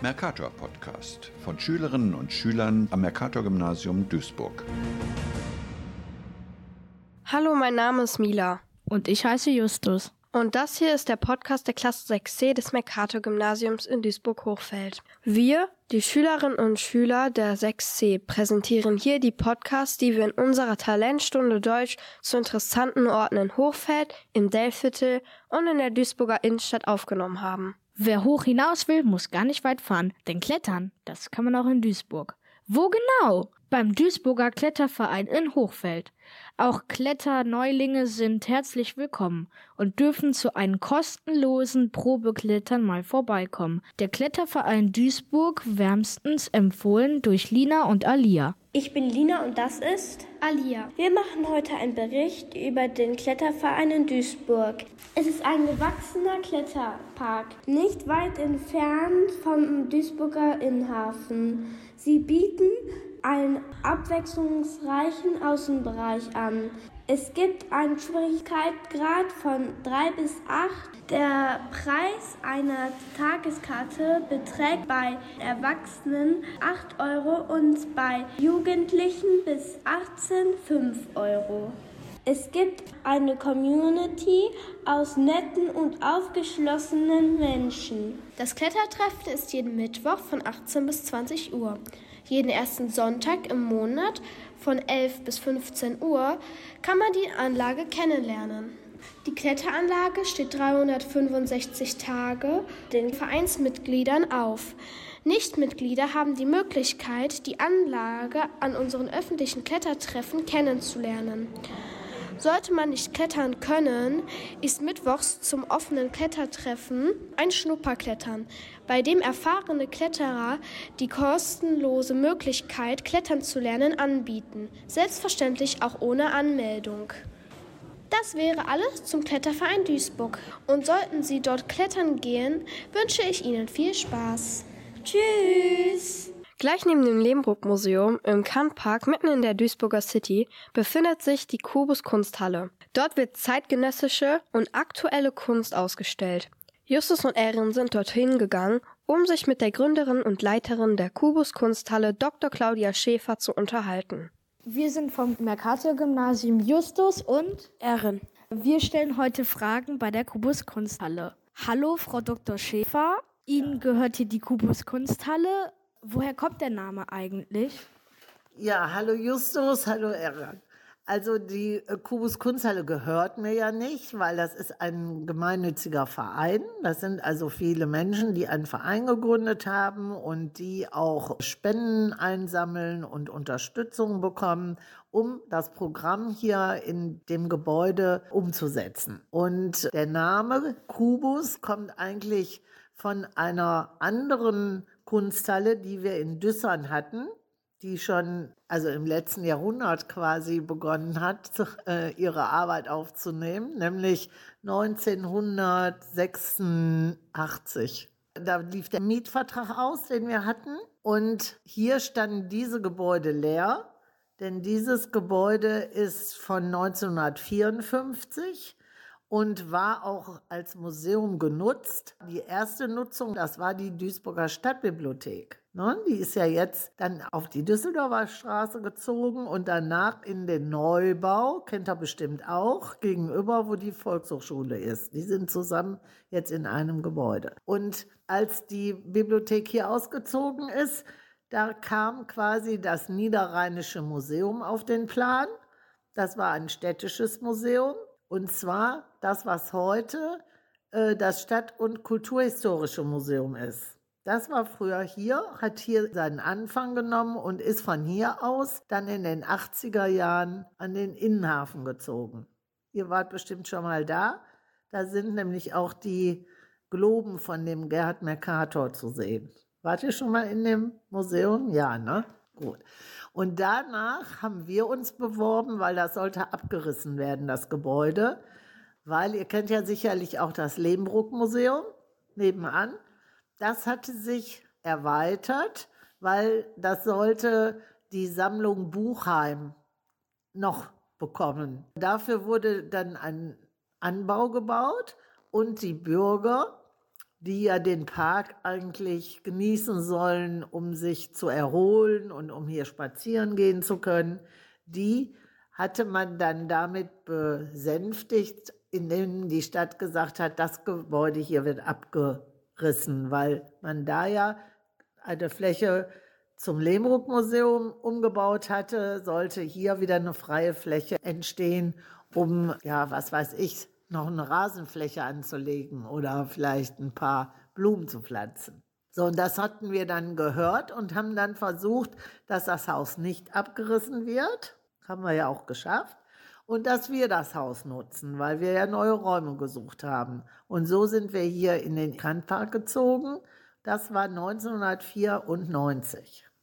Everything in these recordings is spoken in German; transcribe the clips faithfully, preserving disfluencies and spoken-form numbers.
Mercator Podcast von Schülerinnen und Schülern am Mercator Gymnasium Duisburg. Hallo, mein Name ist Mila. Und ich heiße Justus. Und das hier ist der Podcast der Klasse sechs c des Mercator-Gymnasiums in Duisburg-Hochfeld. Wir, die Schülerinnen und Schüler der sechs c, präsentieren hier die Podcasts, die wir in unserer Talentstunde Deutsch zu interessanten Orten in Hochfeld, im Dellviertel und in der Duisburger Innenstadt aufgenommen haben. Wer hoch hinaus will, muss gar nicht weit fahren, denn Klettern, das kann man auch in Duisburg. Wo genau? Beim Duisburger Kletterverein in Hochfeld. Auch Kletterneulinge sind herzlich willkommen und dürfen zu einem kostenlosen Probeklettern mal vorbeikommen. Der Kletterverein Duisburg wärmstens empfohlen durch Lina und Alia. Ich bin Lina und das ist Alia. Wir machen heute einen Bericht über den Kletterverein in Duisburg. Es ist ein gewachsener Kletterpark, nicht weit entfernt vom Duisburger Innenhafen. Sie bieten einen abwechslungsreichen Außenbereich an. Es gibt einen Schwierigkeitsgrad von drei bis acht. Der Preis einer Tageskarte beträgt bei Erwachsenen acht Euro und bei Jugendlichen bis achtzehn fünf Euro. Es gibt eine Community aus netten und aufgeschlossenen Menschen. Das Klettertreffen ist jeden Mittwoch von achtzehn bis zwanzig Uhr. Jeden ersten Sonntag im Monat von elf bis fünfzehn Uhr kann man die Anlage kennenlernen. Die Kletteranlage steht dreihundertfünfundsechzig Tage den Vereinsmitgliedern auf. Nichtmitglieder haben die Möglichkeit, die Anlage an unseren öffentlichen Klettertreffen kennenzulernen. Sollte man nicht klettern können, ist mittwochs zum offenen Klettertreffen ein Schnupperklettern, bei dem erfahrene Kletterer die kostenlose Möglichkeit, klettern zu lernen, anbieten. Selbstverständlich auch ohne Anmeldung. Das wäre alles zum Kletterverein Duisburg. Und sollten Sie dort klettern gehen, wünsche ich Ihnen viel Spaß. Tschüss! Gleich neben dem Lehmbruck-Museum im Kantpark mitten in der Duisburger City befindet sich die Kubus Kunsthalle. Dort wird zeitgenössische und aktuelle Kunst ausgestellt. Justus und Erin sind dorthin gegangen, um sich mit der Gründerin und Leiterin der Kubus Kunsthalle Doktor Claudia Schäfer zu unterhalten. Wir sind vom Mercator-Gymnasium Justus und Erin. Wir stellen heute Fragen bei der Kubus Kunsthalle. Hallo, Frau Doktor Schäfer. Ihnen gehört hier die Kubus Kunsthalle. Woher kommt der Name eigentlich? Ja, hallo Justus, hallo Erin. Also die äh, Kubus Kunsthalle gehört mir ja nicht, weil das ist ein gemeinnütziger Verein. Das sind also viele Menschen, die einen Verein gegründet haben und die auch Spenden einsammeln und Unterstützung bekommen, um das Programm hier in dem Gebäude umzusetzen. Und der Name Kubus kommt eigentlich von einer anderen Kunsthalle, die wir in Düssern hatten, die schon also im letzten Jahrhundert quasi begonnen hat, äh, ihre Arbeit aufzunehmen, nämlich neunzehnhundertsechsundachtzig. Da lief der Mietvertrag aus, den wir hatten, und hier standen diese Gebäude leer, denn dieses Gebäude ist von neunzehnhundertvierundfünfzig und war auch als Museum genutzt. Die erste Nutzung, das war die Duisburger Stadtbibliothek. Ne? Die ist ja jetzt dann auf die Düsseldorfer Straße gezogen und danach in den Neubau, kennt ihr bestimmt auch, gegenüber, wo die Volkshochschule ist. Die sind zusammen jetzt in einem Gebäude. Und als die Bibliothek hier ausgezogen ist, da kam quasi das Niederrheinische Museum auf den Plan. Das war ein städtisches Museum. Und zwar das, was heute äh, das Stadt- und Kulturhistorische Museum ist. Das war früher hier, hat hier seinen Anfang genommen und ist von hier aus dann in den achtziger Jahren an den Innenhafen gezogen. Ihr wart bestimmt schon mal da. Da sind nämlich auch die Globen von dem Gerhard Mercator zu sehen. Wart ihr schon mal in dem Museum? Ja, ne? Gut. Und danach haben wir uns beworben, weil das sollte abgerissen werden, das Gebäude. Weil ihr kennt ja sicherlich auch das Lehmbruck-Museum nebenan. Das hatte sich erweitert, weil das sollte die Sammlung Buchheim noch bekommen. Dafür wurde dann ein Anbau gebaut und die Bürger die ja den Park eigentlich genießen sollen, um sich zu erholen und um hier spazieren gehen zu können, die hatte man dann damit besänftigt, indem die Stadt gesagt hat, das Gebäude hier wird abgerissen, weil man da ja eine Fläche zum Lehmruck-Museum umgebaut hatte, sollte hier wieder eine freie Fläche entstehen, um, ja, was weiß ich, noch eine Rasenfläche anzulegen oder vielleicht ein paar Blumen zu pflanzen. So, und das hatten wir dann gehört und haben dann versucht, dass das Haus nicht abgerissen wird. Haben wir ja auch geschafft. Und dass wir das Haus nutzen, weil wir ja neue Räume gesucht haben. Und so sind wir hier in den Kantpark gezogen. Das war neunzehnhundertvierundneunzig.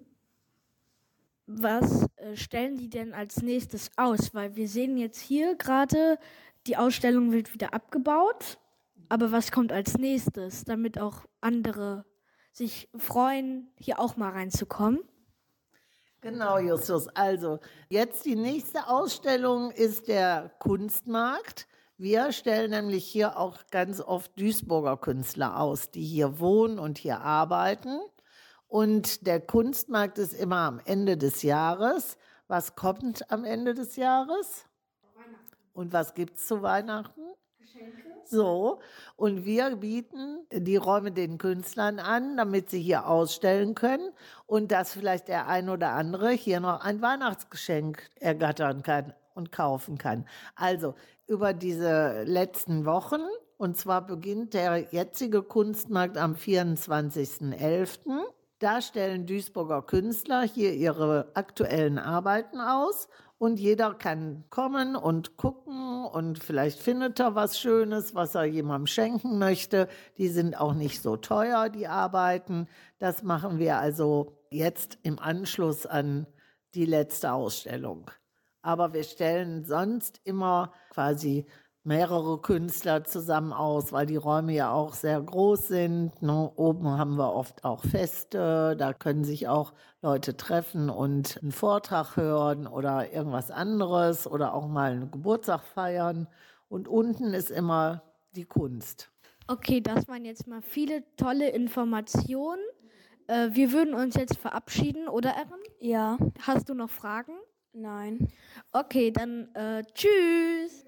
Was äh, stellen die denn als nächstes aus? Weil wir sehen jetzt hier gerade, die Ausstellung wird wieder abgebaut. Aber was kommt als nächstes, damit auch andere sich freuen, hier auch mal reinzukommen? Genau, Justus. Also jetzt die nächste Ausstellung ist der Kunstmarkt. Wir stellen nämlich hier auch ganz oft Duisburger Künstler aus, die hier wohnen und hier arbeiten. Und der Kunstmarkt ist immer am Ende des Jahres. Was kommt am Ende des Jahres? Und was gibt es zu Weihnachten? So, und wir bieten die Räume den Künstlern an, damit sie hier ausstellen können und dass vielleicht der ein oder andere hier noch ein Weihnachtsgeschenk ergattern kann und kaufen kann. Also über diese letzten Wochen, und zwar beginnt der jetzige Kunstmarkt am vierundzwanzigsten elften Da stellen Duisburger Künstler hier ihre aktuellen Arbeiten aus. Und jeder kann kommen und gucken und vielleicht findet er was Schönes, was er jemandem schenken möchte. Die sind auch nicht so teuer, die Arbeiten. Das machen wir also jetzt im Anschluss an die letzte Ausstellung. Aber wir stellen sonst immer quasi mehrere Künstler zusammen aus, weil die Räume ja auch sehr groß sind. Ne? Oben haben wir oft auch Feste, da können sich auch Leute treffen und einen Vortrag hören oder irgendwas anderes oder auch mal einen Geburtstag feiern. Und unten ist immer die Kunst. Okay, das waren jetzt mal viele tolle Informationen. Äh, wir würden uns jetzt verabschieden, oder Erin? Ja. Hast du noch Fragen? Nein. Okay, dann äh, tschüss.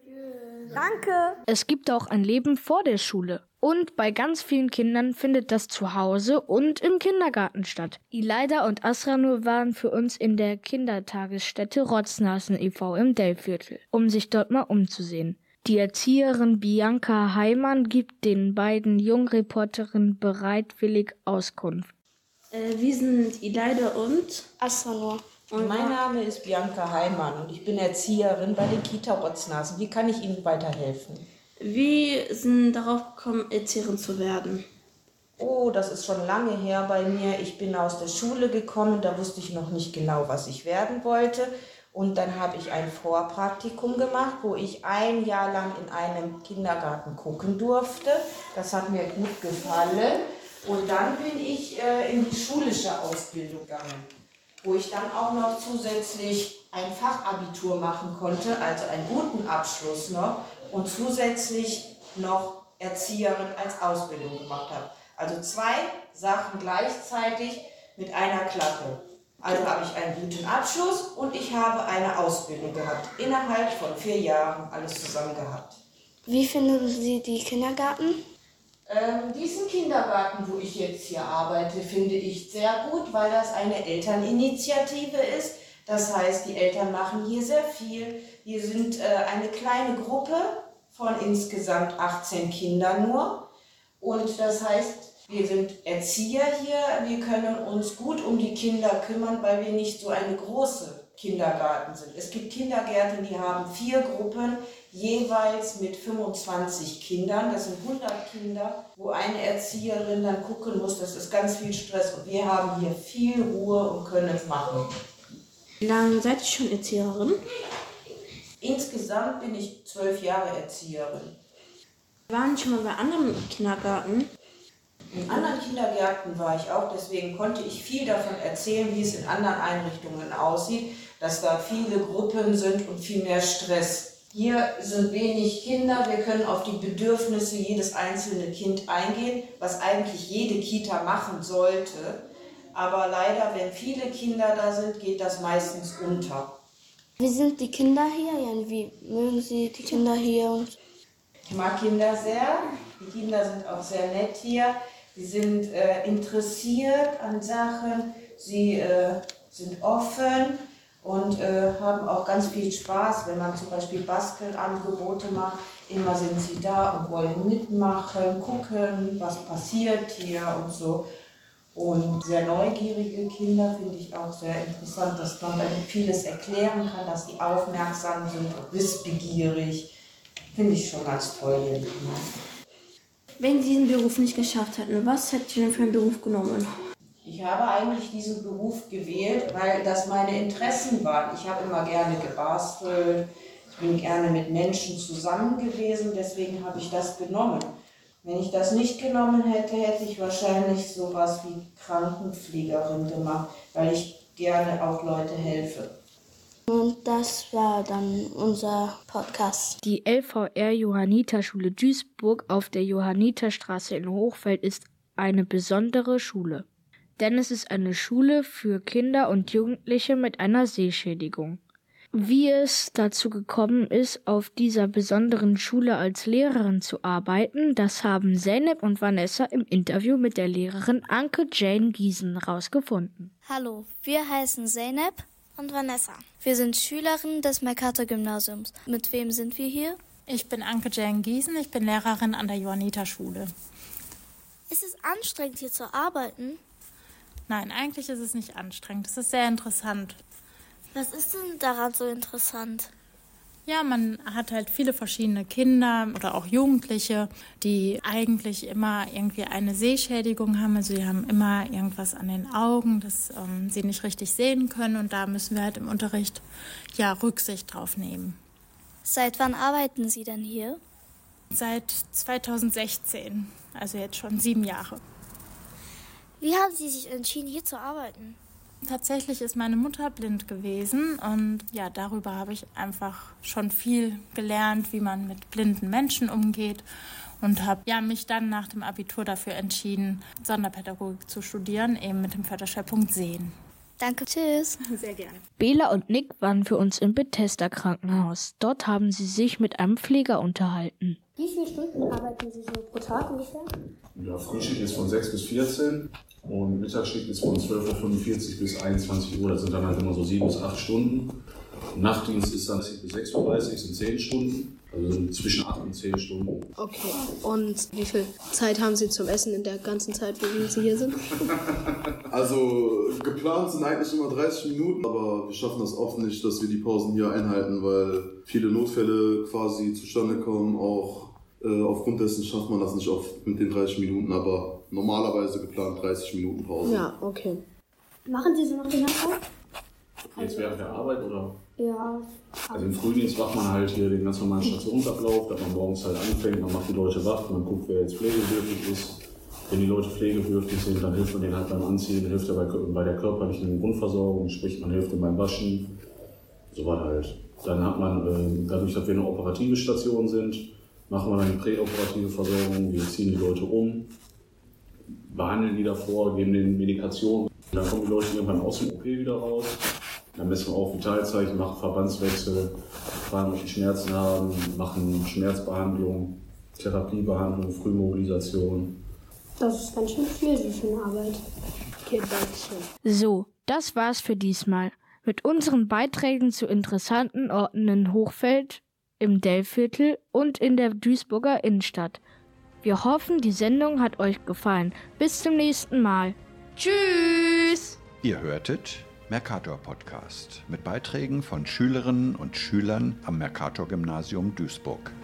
Danke. Es gibt auch ein Leben vor der Schule. Und bei ganz vielen Kindern findet das zu Hause und im Kindergarten statt. Ileida und Asranur waren für uns in der Kindertagesstätte Rotznasen e V im Dellviertel, um sich dort mal umzusehen. Die Erzieherin Bianca Heimann gibt den beiden Jungreporterinnen bereitwillig Auskunft. Äh, wir sind Ileida und Asranur. Und mein Name ist Bianca Heimann und ich bin Erzieherin bei den Kita Rotznasen. Wie kann ich Ihnen weiterhelfen? wir sind darauf gekommen, Erzieherin zu werden. Oh, das ist schon lange her bei mir. Ich bin aus der Schule gekommen, da wusste ich noch nicht genau, was ich werden wollte. Und dann habe ich ein Vorpraktikum gemacht, wo ich ein Jahr lang in einem Kindergarten gucken durfte. Das hat mir gut gefallen. Und dann bin ich äh, in die schulische Ausbildung gegangen, wo ich dann auch noch zusätzlich ein Fachabitur machen konnte, also einen guten Abschluss noch, und zusätzlich noch Erzieherin als Ausbildung gemacht habe. Also zwei Sachen gleichzeitig mit einer Klappe. Also habe ich einen guten Abschluss und ich habe eine Ausbildung gehabt. Innerhalb von vier Jahren alles zusammen gehabt. Wie finden Sie die Kindergarten? Ähm, diesen Kindergarten, wo ich jetzt hier arbeite, finde ich sehr gut, weil das eine Elterninitiative ist. Das heißt, die Eltern machen hier sehr viel. Wir sind äh, eine kleine Gruppe von insgesamt achtzehn Kindern nur. Und das heißt, wir sind Erzieher hier. Wir können uns gut um die Kinder kümmern, weil wir nicht so eine große Kindergarten sind. Es gibt Kindergärten, die haben vier Gruppen, jeweils mit fünfundzwanzig Kindern, das sind hundert Kinder, wo eine Erzieherin dann gucken muss, das ist ganz viel Stress und wir haben hier viel Ruhe und können es machen. Wie lange seid ihr schon Erzieherin? Insgesamt bin ich zwölf Jahre Erzieherin. Wir waren schon mal bei anderen Kindergärten. In anderen Kindergärten war ich auch, deswegen konnte ich viel davon erzählen, wie es in anderen Einrichtungen aussieht, dass da viele Gruppen sind und viel mehr Stress. Hier sind wenig Kinder, wir können auf die Bedürfnisse jedes einzelne Kind eingehen, was eigentlich jede Kita machen sollte. Aber leider, wenn viele Kinder da sind, geht das meistens unter. Wie sind die Kinder hier? Ja, wie mögen Sie die Kinder hier? Ich mag Kinder sehr. Die Kinder sind auch sehr nett hier. Sie sind äh, interessiert an Sachen, sie äh, sind offen und äh, haben auch ganz viel Spaß, wenn man zum Beispiel Bastelangebote macht. Immer sind sie da und wollen mitmachen, gucken, was passiert hier und so. Und sehr neugierige Kinder finde ich auch sehr interessant, dass man dann vieles erklären kann, dass sie aufmerksam sind und wissbegierig. Finde ich schon ganz toll hier. Wenn Sie diesen Beruf nicht geschafft hätten, was hätten Sie denn für einen Beruf genommen? Ich habe eigentlich diesen Beruf gewählt, weil das meine Interessen waren. Ich habe immer gerne gebastelt, ich bin gerne mit Menschen zusammen gewesen, deswegen habe ich das genommen. Wenn ich das nicht genommen hätte, hätte ich wahrscheinlich sowas wie Krankenpflegerin gemacht, weil ich gerne auch Leute helfe. Und das war dann unser Podcast. Die L V R-Johanniterschule Duisburg auf der Johanniterstraße in Hochfeld ist eine besondere Schule. Denn es ist eine Schule für Kinder und Jugendliche mit einer Sehschädigung. Wie es dazu gekommen ist, auf dieser besonderen Schule als Lehrerin zu arbeiten, das haben Zeynep und Vanessa im Interview mit der Lehrerin Anke Jane Giesen rausgefunden. Hallo, wir heißen Zeynep und Vanessa. Wir sind Schülerinnen des Mercator-Gymnasiums. Mit wem sind wir hier? Ich bin Anke Jane Giesen, ich bin Lehrerin an der Johanniterschule. Ist es anstrengend, hier zu arbeiten? Nein, eigentlich ist es nicht anstrengend. Es ist sehr interessant. Was ist denn daran so interessant? Ja, man hat halt viele verschiedene Kinder oder auch Jugendliche, die eigentlich immer irgendwie eine Sehschädigung haben. Also die haben immer irgendwas an den Augen, das ähm, sie nicht richtig sehen können. Und da müssen wir halt im Unterricht ja Rücksicht drauf nehmen. Seit wann arbeiten Sie denn hier? Seit zweitausendsechzehn, also jetzt schon sieben Jahre. Wie haben Sie sich entschieden, hier zu arbeiten? Tatsächlich ist meine Mutter blind gewesen und ja, darüber habe ich einfach schon viel gelernt, wie man mit blinden Menschen umgeht und habe ja, mich dann nach dem Abitur dafür entschieden, Sonderpädagogik zu studieren, eben mit dem Förderschwerpunkt Sehen. Danke, tschüss. Sehr gerne. Bela und Nick waren für uns im Bethesda Krankenhaus. Dort haben sie sich mit einem Pfleger unterhalten. Wie viele Stunden arbeiten Sie so pro Tag ungefähr? Ja, Frühschicht ist von sechs bis vierzehn und Mittagsschicht ist von zwölf Uhr fünfundvierzig bis einundzwanzig Uhr. Das sind dann halt immer so sieben bis acht Stunden. Nachtdienst ist dann bis sechs Uhr dreißig, sind zehn Stunden. Also sind zwischen acht und zehn Stunden. Okay, und wie viel Zeit haben Sie zum Essen in der ganzen Zeit, wie Sie hier sind? Also geplant sind eigentlich immer dreißig Minuten, aber wir schaffen das oft nicht, dass wir die Pausen hier einhalten, weil viele Notfälle quasi zustande kommen. Auch äh, aufgrund dessen schafft man das nicht oft mit den dreißig Minuten, aber normalerweise geplant dreißig Minuten Pause. Ja, okay. Machen Sie so noch den Tag? Jetzt während der Arbeit oder? Ja. Also im Frühdienst macht man halt hier den ganz normalen Stationsablauf, dass man morgens halt anfängt, man macht die Leute wach, man guckt, wer jetzt pflegebedürftig ist. Wenn die Leute pflegebedürftig sind, dann hilft man denen halt beim Anziehen, hilft er bei, bei der körperlichen Grundversorgung, sprich man hilft ihnen beim Waschen, so was halt. Dann hat man, äh, dadurch, dass wir eine operative Station sind, machen wir dann die präoperative Versorgung, wir ziehen die Leute um, behandeln die davor, geben denen Medikation. Dann kommen die Leute irgendwann aus dem O P wieder raus. Dann messen wir auch Vitalzeichen, machen Verbandswechsel, fragen, ob die Schmerzen haben, machen Schmerzbehandlung, Therapiebehandlung, Frühmobilisation. Das ist ganz schön viel, so viel Arbeit. Okay, danke schön. So, das war's für diesmal. Mit unseren Beiträgen zu interessanten Orten in Hochfeld, im Dellviertel und in der Duisburger Innenstadt. Wir hoffen, die Sendung hat euch gefallen. Bis zum nächsten Mal. Tschüss! Ihr hörtet Mercator Podcast mit Beiträgen von Schülerinnen und Schülern am Mercator Gymnasium Duisburg.